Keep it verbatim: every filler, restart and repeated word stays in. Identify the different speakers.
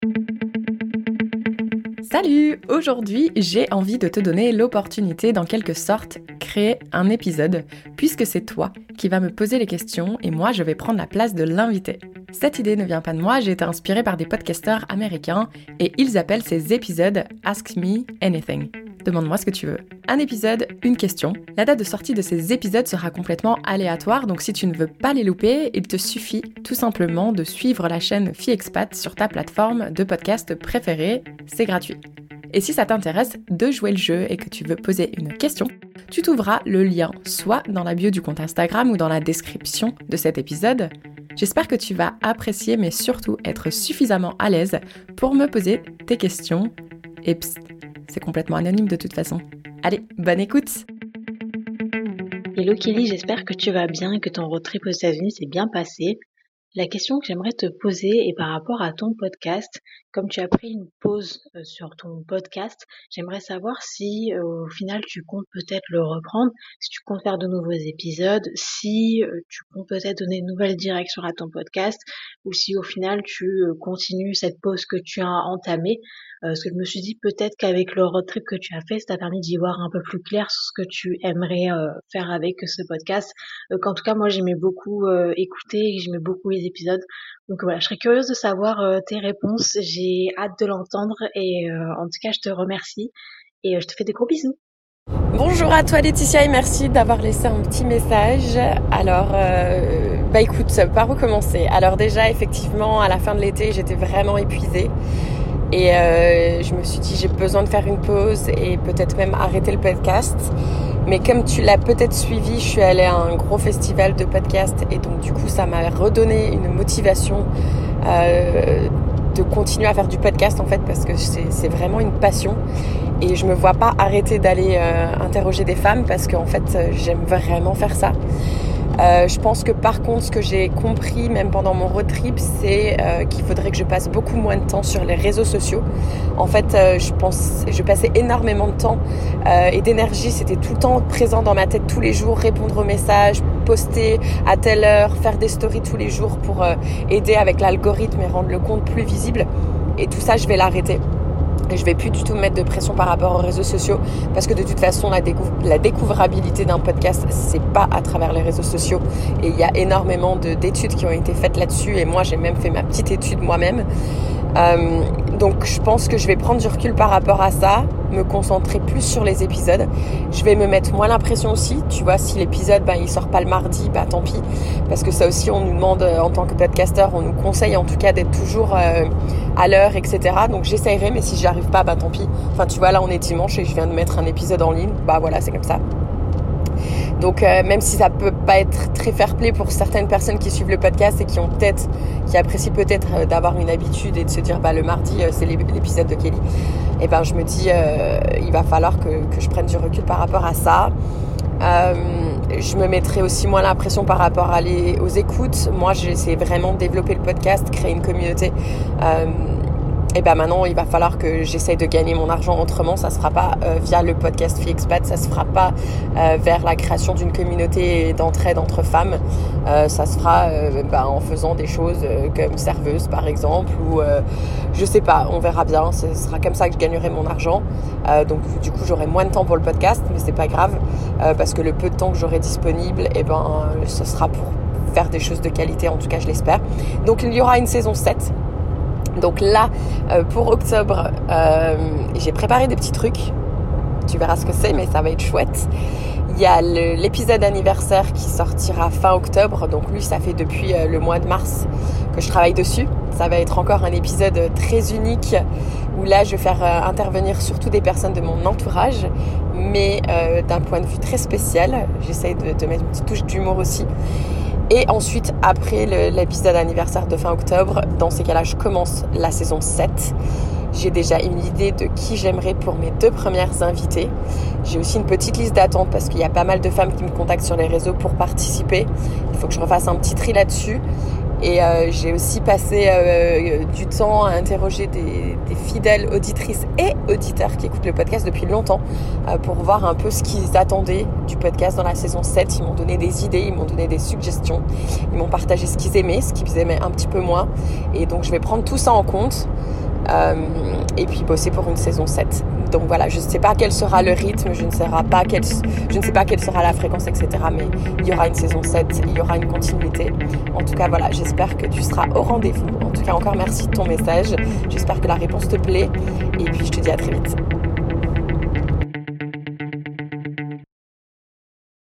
Speaker 1: Salut! Aujourd'hui, j'ai envie de te donner l'opportunité d'en quelque sorte créer un épisode, puisque c'est toi qui vas me poser les questions et moi je vais prendre la place de l'invité. Cette idée ne vient pas de moi, j'ai été inspirée par des podcasteurs américains et ils appellent ces épisodes Ask Me Anything. Demande-moi ce que tu veux. Un épisode, une question. La date de sortie de ces épisodes sera complètement aléatoire, donc si tu ne veux pas les louper, il te suffit tout simplement de suivre la chaîne FiExpat sur ta plateforme de podcast préférée, c'est gratuit. Et si ça t'intéresse de jouer le jeu et que tu veux poser une question, tu trouveras le lien soit dans la bio du compte Instagram ou dans la description de cet épisode. J'espère que tu vas apprécier mais surtout être suffisamment à l'aise pour me poser tes questions. Et psst, c'est complètement anonyme de toute façon. Allez, bonne écoute!
Speaker 2: Hello Kelly, j'espère que tu vas bien et que ton road trip aux États-Unis s'est bien passé. La question que j'aimerais te poser est par rapport à ton podcast. Comme tu as pris une pause euh, sur ton podcast, j'aimerais savoir si euh, au final tu comptes peut-être le reprendre, si tu comptes faire de nouveaux épisodes, si euh, tu comptes peut-être donner une nouvelle direction à ton podcast ou si au final tu euh, continues cette pause que tu as entamée. Euh, parce que je me suis dit peut-être qu'avec le road trip que tu as fait, ça t'a permis d'y voir un peu plus clair sur ce que tu aimerais euh, faire avec ce podcast. Euh, qu'en tout cas, moi, j'aimais beaucoup euh, écouter et j'aimais beaucoup les épisodes. Donc voilà, je serais curieuse de savoir euh, tes réponses. J'ai hâte de l'entendre et euh, en tout cas, je te remercie et euh, je te fais des gros bisous.
Speaker 1: Bonjour à toi Laetitia et merci d'avoir laissé un petit message. Alors, euh, bah écoute, par où commencer? Alors déjà, effectivement, à la fin de l'été, j'étais vraiment épuisée. Et euh, je me suis dit j'ai besoin de faire une pause et peut-être même arrêter le podcast. Mais comme tu l'as peut-être suivi, je suis allée à un gros festival de podcast et donc du coup ça m'a redonné une motivation euh, de continuer à faire du podcast en fait parce que c'est, c'est vraiment une passion et je me vois pas arrêter d'aller euh, interroger des femmes parce qu'en fait j'aime vraiment faire ça. Euh, je pense que par contre, ce que j'ai compris, même pendant mon road trip, c'est euh, qu'il faudrait que je passe beaucoup moins de temps sur les réseaux sociaux. En fait, euh, je pense, je passais énormément de temps euh, et d'énergie. C'était tout le temps présent dans ma tête tous les jours, répondre aux messages, poster à telle heure, faire des stories tous les jours pour euh, aider avec l'algorithme et rendre le compte plus visible. Et tout ça, je vais l'arrêter. Je vais plus du tout me mettre de pression par rapport aux réseaux sociaux parce que de toute façon la, décou- la découvrabilité d'un podcast c'est pas à travers les réseaux sociaux et il y a énormément de, d'études qui ont été faites là-dessus et moi j'ai même fait ma petite étude moi-même. Euh, donc je pense que je vais prendre du recul par rapport à ça, me concentrer plus sur les épisodes. Je vais me mettre moins la pression aussi, tu vois, si l'épisode bah, il sort pas le mardi, bah tant pis, parce que ça aussi on nous demande euh, en tant que podcasteur, on nous conseille en tout cas d'être toujours euh, à l'heure, et cetera. Donc j'essayerai, mais si j'y arrive pas, bah tant pis. Enfin tu vois, là on est dimanche et je viens de mettre un épisode en ligne, bah voilà, c'est comme ça. Donc euh, même si ça peut pas être très fair-play pour certaines personnes qui suivent le podcast et qui ont peut-être, qui apprécient peut-être euh, d'avoir une habitude et de se dire bah le mardi euh, c'est l'épisode de Kelly, et ben je me dis euh, il va falloir que, que je prenne du recul par rapport à ça. Euh, je me mettrai aussi moins la pression par rapport à les, aux écoutes. Moi j'essaie vraiment de développer le podcast, créer une communauté. Euh, Et ben maintenant, il va falloir que j'essaye de gagner mon argent autrement. Ça se fera pas euh, via le podcast FiExpat, ça se fera pas euh, vers la création d'une communauté d'entraide entre femmes. Euh, ça se fera euh, ben, en faisant des choses euh, comme serveuse par exemple, ou euh, je sais pas, on verra bien. Ce sera comme ça que je gagnerai mon argent. Euh, donc du coup, j'aurai moins de temps pour le podcast, mais c'est pas grave euh, parce que le peu de temps que j'aurai disponible, et ben euh, ce sera pour faire des choses de qualité. En tout cas, je l'espère. Donc il y aura une saison sept. Donc là, euh, pour octobre, euh, j'ai préparé des petits trucs. Tu verras ce que c'est, mais ça va être chouette. Il y a le, l'épisode anniversaire qui sortira fin octobre. Donc lui, ça fait depuis euh, le mois de mars que je travaille dessus. Ça va être encore un épisode très unique où là, je vais faire euh, intervenir surtout des personnes de mon entourage, mais euh, d'un point de vue très spécial. J'essaye de, de mettre une petite touche d'humour aussi. Et ensuite, après le, l'épisode anniversaire de fin octobre, dans ces cas-là, je commence la saison sept. J'ai déjà une idée de qui j'aimerais pour mes deux premières invitées. J'ai aussi une petite liste d'attente parce qu'il y a pas mal de femmes qui me contactent sur les réseaux pour participer. Il faut que je refasse un petit tri là-dessus. Et euh, j'ai aussi passé euh, du temps à interroger des, des fidèles auditrices et auditeurs qui écoutent le podcast depuis longtemps euh, pour voir un peu ce qu'ils attendaient du podcast dans la saison sept. Ils m'ont donné des idées, ils m'ont donné des suggestions, ils m'ont partagé ce qu'ils aimaient, ce qu'ils aimaient un petit peu moins. Et donc je vais prendre tout ça en compte. euh, et puis bosser pour une saison sept. Donc voilà, je ne sais pas quel sera le rythme, je ne sais pas quelle, je ne sais pas quelle sera la fréquence, et cetera. Mais il y aura une saison sept, il y aura une continuité. En tout cas, voilà, j'espère que tu seras au rendez-vous. En tout cas, encore merci de ton message. J'espère que la réponse te plaît. Et puis, je te dis à très vite.